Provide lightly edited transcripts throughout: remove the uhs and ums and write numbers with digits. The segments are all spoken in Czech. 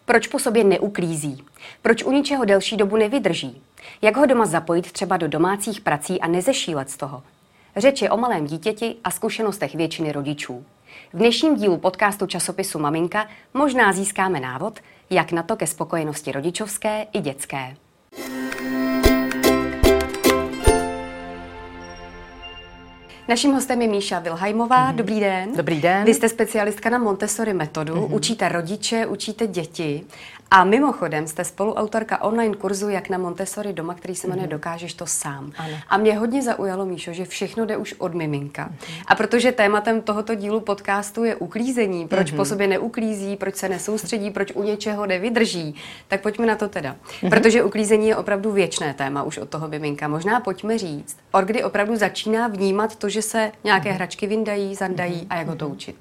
Proč po sobě neuklízí? Proč u ničeho delší dobu nevydrží? Jak ho doma zapojit třeba do domácích prací a nezešílet z toho? Řeč je o malém dítěti a zkušenostech většiny rodičů. V dnešním dílu podcastu časopisu Maminka možná získáme návod, jak na to ke spokojenosti rodičovské i dětské. Naším hostem je Míša Vilhajmová. Dobrý den. Dobrý den. Vy jste specialistka na Montessori metodu, učíte rodiče, učíte děti a mimochodem jste spoluautorka online kurzu Jak na Montessori doma, který se jmenuje Dokážeš to sám. Ano. A mě hodně zaujalo, Míšo, že všechno jde už od miminka. A protože tématem tohoto dílu podcastu je uklízení, proč po sobě neuklízí, proč se nesoustředí, proč u něčeho nevydrží, tak pojďme na to teda. Protože uklízení je opravdu věčné téma už od toho miminka. Možná pojďme říct, od kdy opravdu začíná vnímat to, že se nějaké hračky vyndají, zandají a jak ho to učit.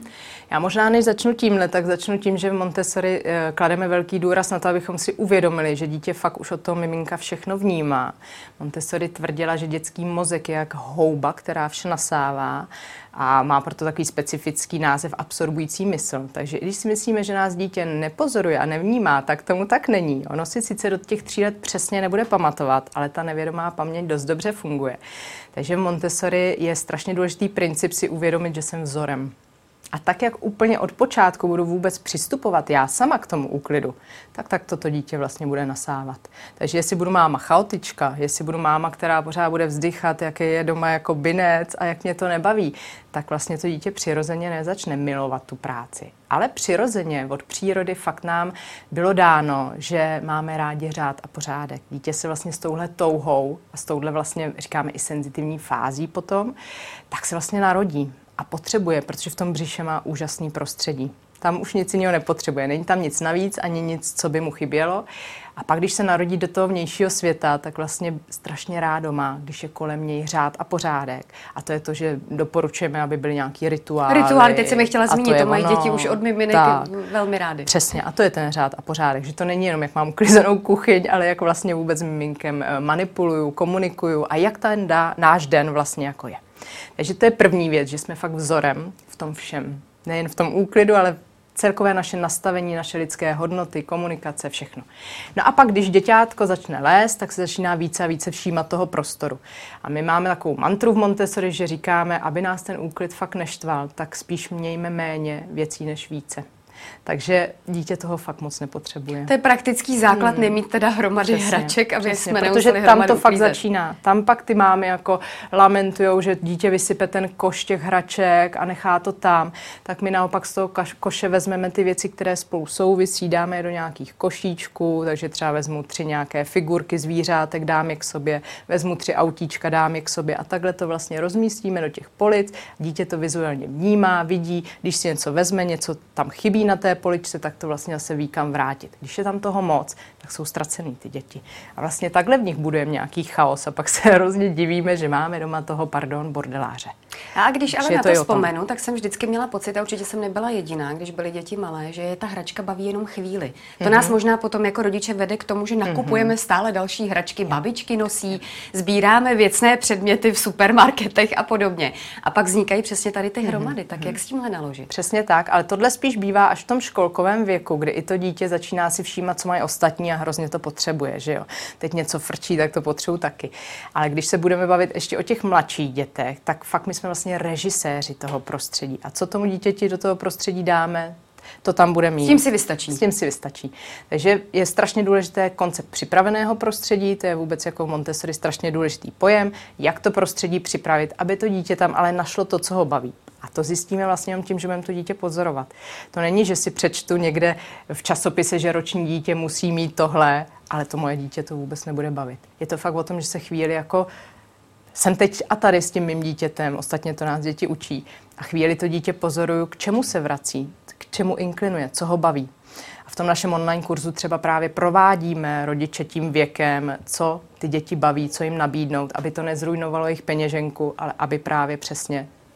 Já možná než začnu tímhle, tak začnu tím, že v Montessori klademe velký důraz na to, abychom si uvědomili, že dítě fakt už od toho miminka všechno vnímá. Montessori tvrdila, že dětský mozek je jak houba, která vše nasává a má proto takový specifický název absorbující mysl. Takže i když si myslíme, že nás dítě nepozoruje a nevnímá, tak tomu tak není. Ono si sice do těch 3 let přesně nebude pamatovat, ale ta nevědomá paměť dost dobře funguje. Takže v Montessori je strašně důležitý princip si uvědomit, že jsem vzorem. A tak, jak úplně od počátku budu vůbec přistupovat já sama k tomu úklidu, tak toto dítě vlastně bude nasávat. Takže jestli budu máma chaotička, jestli budu máma, která pořád bude vzdychat, jak je doma jako binec a jak mě to nebaví, tak vlastně to dítě přirozeně nezačne milovat tu práci. Ale přirozeně od přírody fakt nám bylo dáno, že máme rádi řád a pořádek. Dítě se vlastně s touhle touhou a s touhle vlastně říkáme i senzitivní fází potom, tak se vlastně narodí. A potřebuje, protože v tom břiše má úžasný prostředí. Tam už nic jiného nepotřebuje. Není tam nic navíc, ani nic, co by mu chybělo. A pak, když se narodí do toho vnějšího světa, tak vlastně strašně rádo má, když je kolem něj řád a pořádek. A to je to, že doporučujeme, aby byly nějaký rituály. Rituály, teď jsem je chtěla zmínit, to mají děti už od miminek velmi rády. Přesně, a to je ten řád a pořádek, že to není jenom, jak mám uklizenou kuchyň, ale jak vlastně vůbec s miminkem manipuluju, komunikuju a jak ten náš den vlastně jako je. Takže to je první věc, že jsme fakt vzorem v tom všem. Nejen v tom úklidu, ale celkové naše nastavení, naše lidské hodnoty, komunikace, všechno. No a pak, když děťátko začne lézt, tak se začíná více a více všímat toho prostoru. A my máme takovou mantru v Montessori, že říkáme, aby nás ten úklid fakt neštval, tak spíš mějme méně věcí než více. Takže dítě toho fakt moc nepotřebuje. To je praktický základ nemít teda hromady hraček, aby jsme nemuseli protože hromady tam to uklízet. fakt začíná. Tam pak ty mámy jako lamentujou, že dítě vysype ten koš těch hraček a nechá to tam. Tak my naopak z toho koše vezmeme ty věci, které spolu souvisí, dáme je do nějakých košíčků, takže třeba vezmu 3 nějaké figurky zvířátek, dám je k sobě, vezmu 3 autíčka, dám je k sobě a takhle to vlastně rozmístíme do těch polic. Dítě to vizuálně vnímá, vidí, když si něco vezme, něco tam chybí na té poličce, tak to vlastně zase ví kam vrátit. Když je tam toho moc, tak jsou ztracený ty děti. A vlastně takhle v nich budujeme nějaký chaos a pak se hrozně divíme, že máme doma toho, bordeláře. A když ale na to vzpomenu, tak jsem vždycky měla pocit, a určitě jsem nebyla jediná, když byly děti malé, že je ta hračka baví jenom chvíli. To nás možná potom jako rodiče vede k tomu, že nakupujeme stále další hračky, babičky nosí, sbíráme věcné předměty v supermarketech a podobně. A pak vznikají přesně tady ty hromady. Tak jak s tímhle naložit? Přesně tak, ale tohle spíš bývá až v tom školkovém věku, kdy i to dítě začíná si všímat, co mají ostatní a hrozně to potřebuje, že jo. Teď něco frčí, tak to potřebuju taky. Ale když se budeme bavit ještě o těch mladších dětech, tak fakt my jsme vlastně režiséři toho prostředí. A co tomu dítěti do toho prostředí dáme, to tam bude mít. S tím si vystačí. S tím si vystačí. Takže je strašně důležité koncept připraveného prostředí, to je vůbec jako v Montessori strašně důležitý pojem, jak to prostředí připravit, aby to dítě tam ale našlo to, co ho baví. A to zjistíme vlastně tím, že budeme to dítě pozorovat. To není, že si přečtu někde v časopise, že roční dítě musí mít tohle, ale to moje dítě to vůbec nebude bavit. Je to fakt o tom, že se chvíli jako jsem teď a tady s tím mým dítětem, ostatně to nás děti učí. A chvíli to dítě pozoruju, k čemu se vrací, k čemu inklinuje, co ho baví. A v tom našem online kurzu třeba právě provádíme rodiče tím věkem, co ty děti baví, co jim nabídnout, aby to nezrujnovalo jejich peněženku, ale aby právě přesně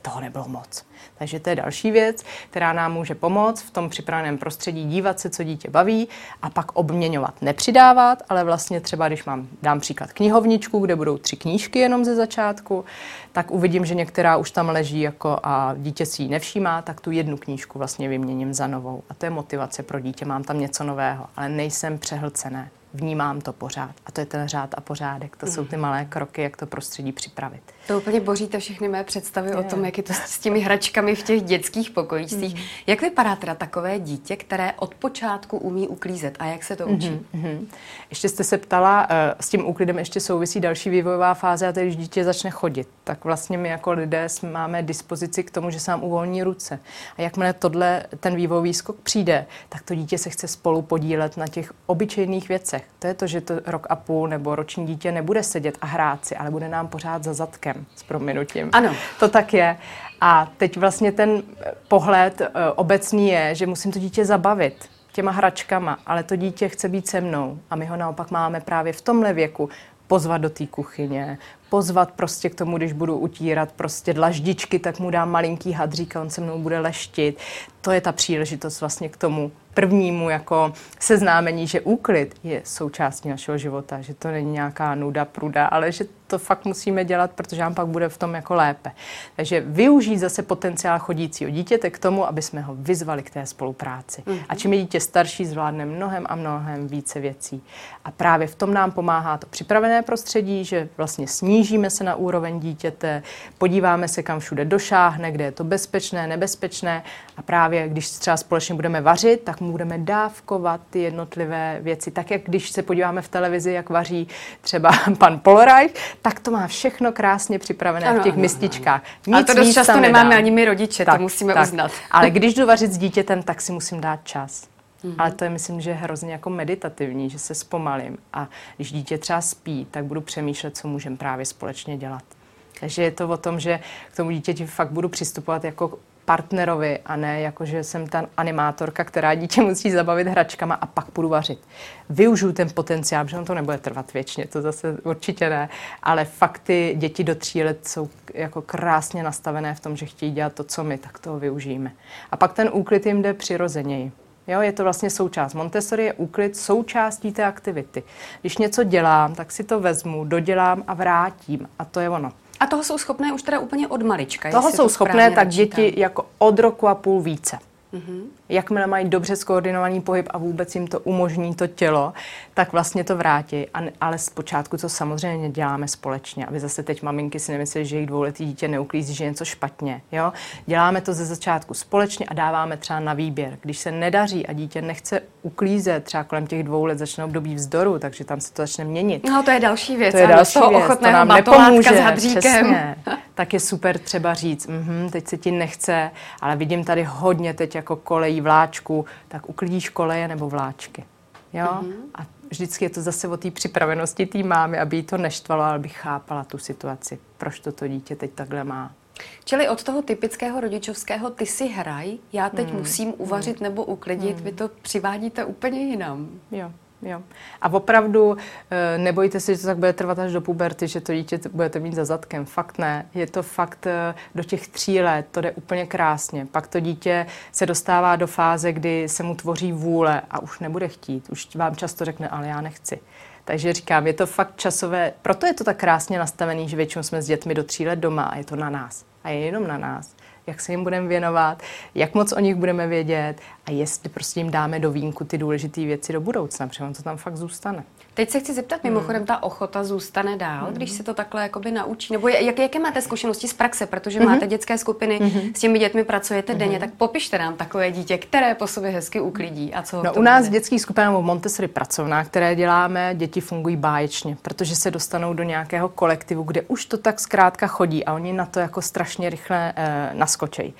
toho nebylo moc. Takže to je další věc, která nám může pomoct v tom připraveném prostředí dívat se, co dítě baví a pak obměňovat, nepřidávat, ale vlastně třeba, když dám příklad knihovničku, kde budou 3 knížky jenom ze začátku, tak uvidím, že některá už tam leží jako a dítě si ji nevšímá, tak tu 1 knížku vlastně vyměním za novou. A to je motivace pro dítě, mám tam něco nového, ale nejsem přehlcené. Vnímám to pořád. A to je ten řád a pořádek. To jsou ty malé kroky, jak to prostředí připravit. To úplně boříte všechny mé představy o tom, jak je to s těmi hračkami v těch dětských pokojících. Jak vypadá teda takové dítě, které od počátku umí uklízet a jak se to učí? Ještě jste se ptala, s tím úklidem ještě souvisí další vývojová fáze a to je, když dítě začne chodit. Tak vlastně my jako lidé máme dispozici k tomu, že se nám uvolní ruce. A jakmile ten vývojový skok přijde, tak to dítě se chce spolu podílet na těch obyčejných věcech. To je to, že to 1,5 roku nebo roční dítě nebude sedět a hrát si, ale bude nám pořád za zadkem, s prominutím. Ano. To tak je. A teď vlastně ten pohled obecný je, že musím to dítě zabavit těma hračkama, ale to dítě chce být se mnou. A my ho naopak máme právě v tomhle věku pozvat do té kuchyně, pozvat prostě k tomu, když budu utírat prostě dlaždičky, tak mu dám malinký hadřík a on se mnou bude leštit. To je ta příležitost vlastně k tomu prvnímu jako seznámení, že úklid je součástí našeho života, že to není nějaká nuda, pruda, ale že to fakt musíme dělat, protože nám pak bude v tom jako lépe. Takže využít zase potenciál chodícího dítěte k tomu, aby jsme ho vyzvali k té spolupráci. A čím je dítě starší, zvládne mnohem a mnohem více věcí. A právě v tom nám pomáhá to připravené prostředí, že vlastně snížíme se na úroveň dítěte, podíváme se, kam všude došáhne, kde je to bezpečné, nebezpečné a právě když třeba společně budeme vařit, tak mu budeme dávkovat ty jednotlivé věci. Tak, jak když se podíváme v televizi, jak vaří třeba pan Polreich, tak to má všechno krásně připravené v těch mističkách. Nic ale to dost často nemáme ani my rodiče, to musíme uznat. Ale když jdu vařit s dítětem, tak si musím dát čas. Ale to je, myslím, že je hrozně jako meditativní, že se zpomalím. A když dítě třeba spí, tak budu přemýšlet, co můžeme právě společně dělat. Takže je to o tom, že k tomu dítěti fakt budu přistupovat jako partnerovi a ne jako, že jsem ta animátorka, která dítě musí zabavit hračkama a pak budu vařit. Využiju ten potenciál, protože on to nebude trvat věčně, to zase určitě ne, ale fakt ty děti do 3 let jsou jako krásně nastavené v tom, že chtějí dělat to, co my, tak toho využijeme. A pak ten úklid jim jde přirozeněji. Jo, je to vlastně součást. Montessori je úklid součástí té aktivity. Když něco dělám, tak si to vezmu, dodělám a vrátím. A to je ono. A toho jsou schopné už teda úplně od malička? Toho jsou schopné tak děti jako od 1,5 roku více. Jakmile mají dobře skoordinovaný pohyb a vůbec jim to umožní to tělo, tak vlastně to vrátí. Ale zpočátku to samozřejmě děláme společně, aby zase teď maminky si nemyslí, že jejich 2letý dítě neuklízí, že je něco špatně. Jo? Děláme to ze začátku společně a dáváme třeba na výběr. Když se nedaří a dítě nechce uklízet, třeba kolem těch 2 let začne období vzdoru, takže tam se to začne měnit. No to je další věc. To je další věc, to nám nepomůže. S hadříkem. Přesně. Tak je super třeba říct, teď se ti nechce, ale vidím tady hodně teď jako kolejí vláčku, tak uklidíš koleje nebo vláčky. Jo? A vždycky je to zase o té připravenosti té mámy, aby jí to neštvalo, ale aby chápala tu situaci, proč to dítě teď takhle má. Čili od toho typického rodičovského ty si hraj, já teď musím uvařit nebo uklidit, vy to přivádíte úplně jinam. Jo. A opravdu nebojte se, že to tak bude trvat až do puberty, že to dítě budete mít za zadkem. Fakt ne. Je to fakt do těch 3 let, to jde úplně krásně. Pak to dítě se dostává do fáze, kdy se mu tvoří vůle a už nebude chtít. Už vám často řekne, ale já nechci. Takže říkám, je to fakt časové, proto je to tak krásně nastavený, že většinou jsme s dětmi do 3 let doma a je to na nás. A je jenom na nás. Jak se jim budeme věnovat, jak moc o nich budeme vědět a jestli prostě jim dáme do vínku ty důležité věci do budoucna, protože on to tam fakt zůstane. Teď se chci zeptat, mimochodem ta ochota zůstane dál, když se to takhle jakoby naučí, nebo jaké máte zkušenosti z praxe, protože máte dětské skupiny, s těmi dětmi pracujete denně, tak popište nám takové dítě, které po sobě hezky uklidí a co. No, u nás v dětských skupinách v Montessori pracovnách, které děláme, děti fungují báječně, protože se dostanou do nějakého kolektivu, kde už to tak zkrátka chodí a oni na to jako strašně rychle naskočejí.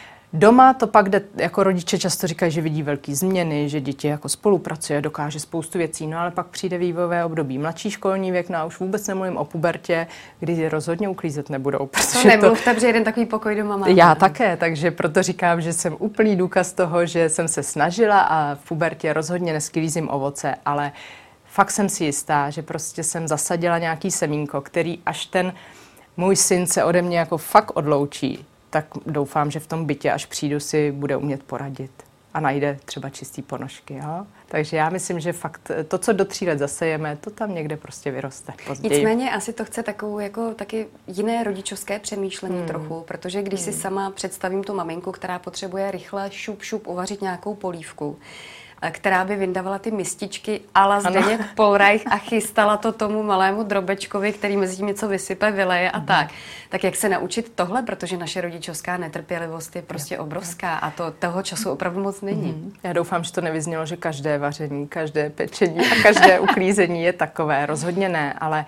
Doma to pak jde, jako rodiče často říkají, že vidí velké změny, že dítě jako spolupracuje, dokáže spoustu věcí, no ale pak přijde vývojové období. Mladší školní věk, no a už vůbec nemluvím o pubertě, kdy rozhodně uklízet nebudou. To nemluvte, protože jeden takový pokoj doma mám. Já také, takže proto říkám, že jsem úplný důkaz toho, že jsem se snažila a v pubertě rozhodně nesklízím ovoce, ale fakt jsem si jistá, že prostě jsem zasadila nějaký semínko, který až ten můj syn se ode mě jako fakt odloučí, tak doufám, že v tom bytě, až přijdu, si bude umět poradit a najde třeba čistý ponožky. Jo? Takže já myslím, že fakt to, co do 3 let zasejeme, to tam někde prostě vyroste později. Nicméně asi to chce takovou jako taky jiné rodičovské přemýšlení trochu, protože když si sama představím tu maminku, která potřebuje rychle šup uvařit nějakou polívku, která by vyndavala ty mističky a la Zdeněk Polreich a chystala to tomu malému drobečkovi, který mezi tím něco vysype, vyleje a tak. Tak jak se naučit tohle, protože naše rodičovská netrpělivost je prostě obrovská a toho času opravdu moc není. Já doufám, že to nevyznělo, že každé vaření, každé pečení a každé uklízení je takové. Rozhodně ne, ale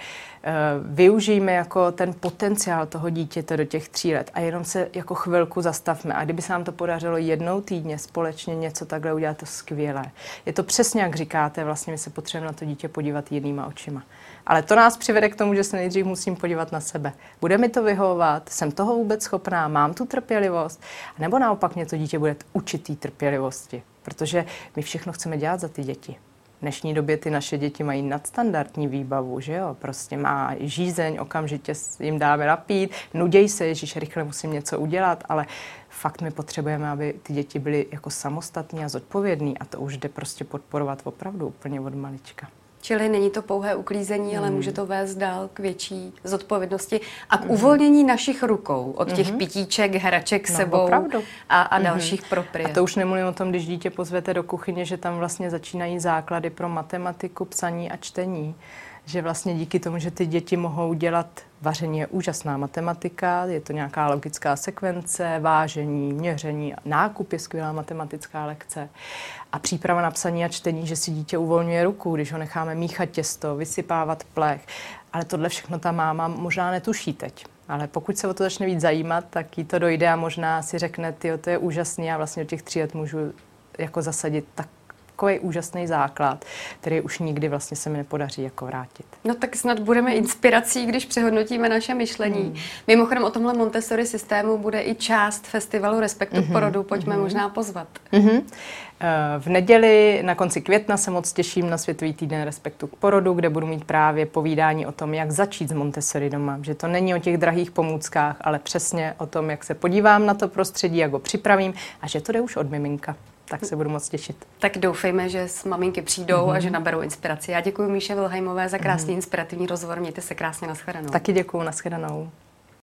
využijme jako ten potenciál toho dítěte do těch 3 let a jenom se jako chvilku zastavme. A kdyby se nám to podařilo jednou týdně společně něco takhle udělat, to skvělé. Je to přesně, jak říkáte, vlastně my se potřebujeme na to dítě podívat jinýma očima. Ale to nás přivede k tomu, že se nejdřív musím podívat na sebe. Bude mi to vyhovovat? Jsem toho vůbec schopná? Mám tu trpělivost? A nebo naopak mě to dítě bude učit té trpělivosti? Protože my všechno chceme dělat za ty děti. V dnešní době ty naše děti mají nadstandardní výbavu, že jo? Prostě má žízeň, okamžitě jim dáme napít, nuděj se, ježiš, rychle musím něco udělat, ale fakt my potřebujeme, aby ty děti byly jako samostatní a zodpovědní a to už jde prostě podporovat opravdu úplně od malička. Čili není to pouhé uklízení, ale může to vést dál k větší zodpovědnosti a k uvolnění našich rukou od těch pitíček, hraček sebou a dalších propriet. A to už nemluvím o tom, když dítě pozvete do kuchyně, že tam vlastně začínají základy pro matematiku, psaní a čtení. Že vlastně díky tomu, že ty děti mohou dělat, vaření je úžasná matematika, je to nějaká logická sekvence, vážení, měření, nákup je skvělá matematická lekce a příprava na psaní a čtení, že si dítě uvolňuje ruku, když ho necháme míchat těsto, vysypávat plech. Ale tohle všechno ta máma možná netuší teď. Ale pokud se o to začne víc zajímat, tak jí to dojde a možná si řekne, tyjo, to je úžasný a vlastně do těch 3 let můžu jako zasadit takový úžasný základ, který už nikdy vlastně se mi nepodaří jako vrátit. No tak snad budeme inspirací, když přehodnotíme naše myšlení. Mimochodem o tomhle Montessori systému bude i část festivalu Respektu k porodu. Pojďme možná pozvat. V neděli na konci května se moc těším na Světový týden Respektu k porodu, kde budu mít právě povídání o tom, jak začít s Montessori doma. Že to není o těch drahých pomůckách, ale přesně o tom, jak se podívám na to prostředí, jak ho připravím a že to jde už od miminka. Tak se budu moc těšit. Tak doufejme, že s maminky přijdou a že naberou inspiraci. Já děkuji Míše Wilheimové za krásný inspirativní rozhovor. Mějte se krásně, nashledanou. Taky děkuji, nashledanou.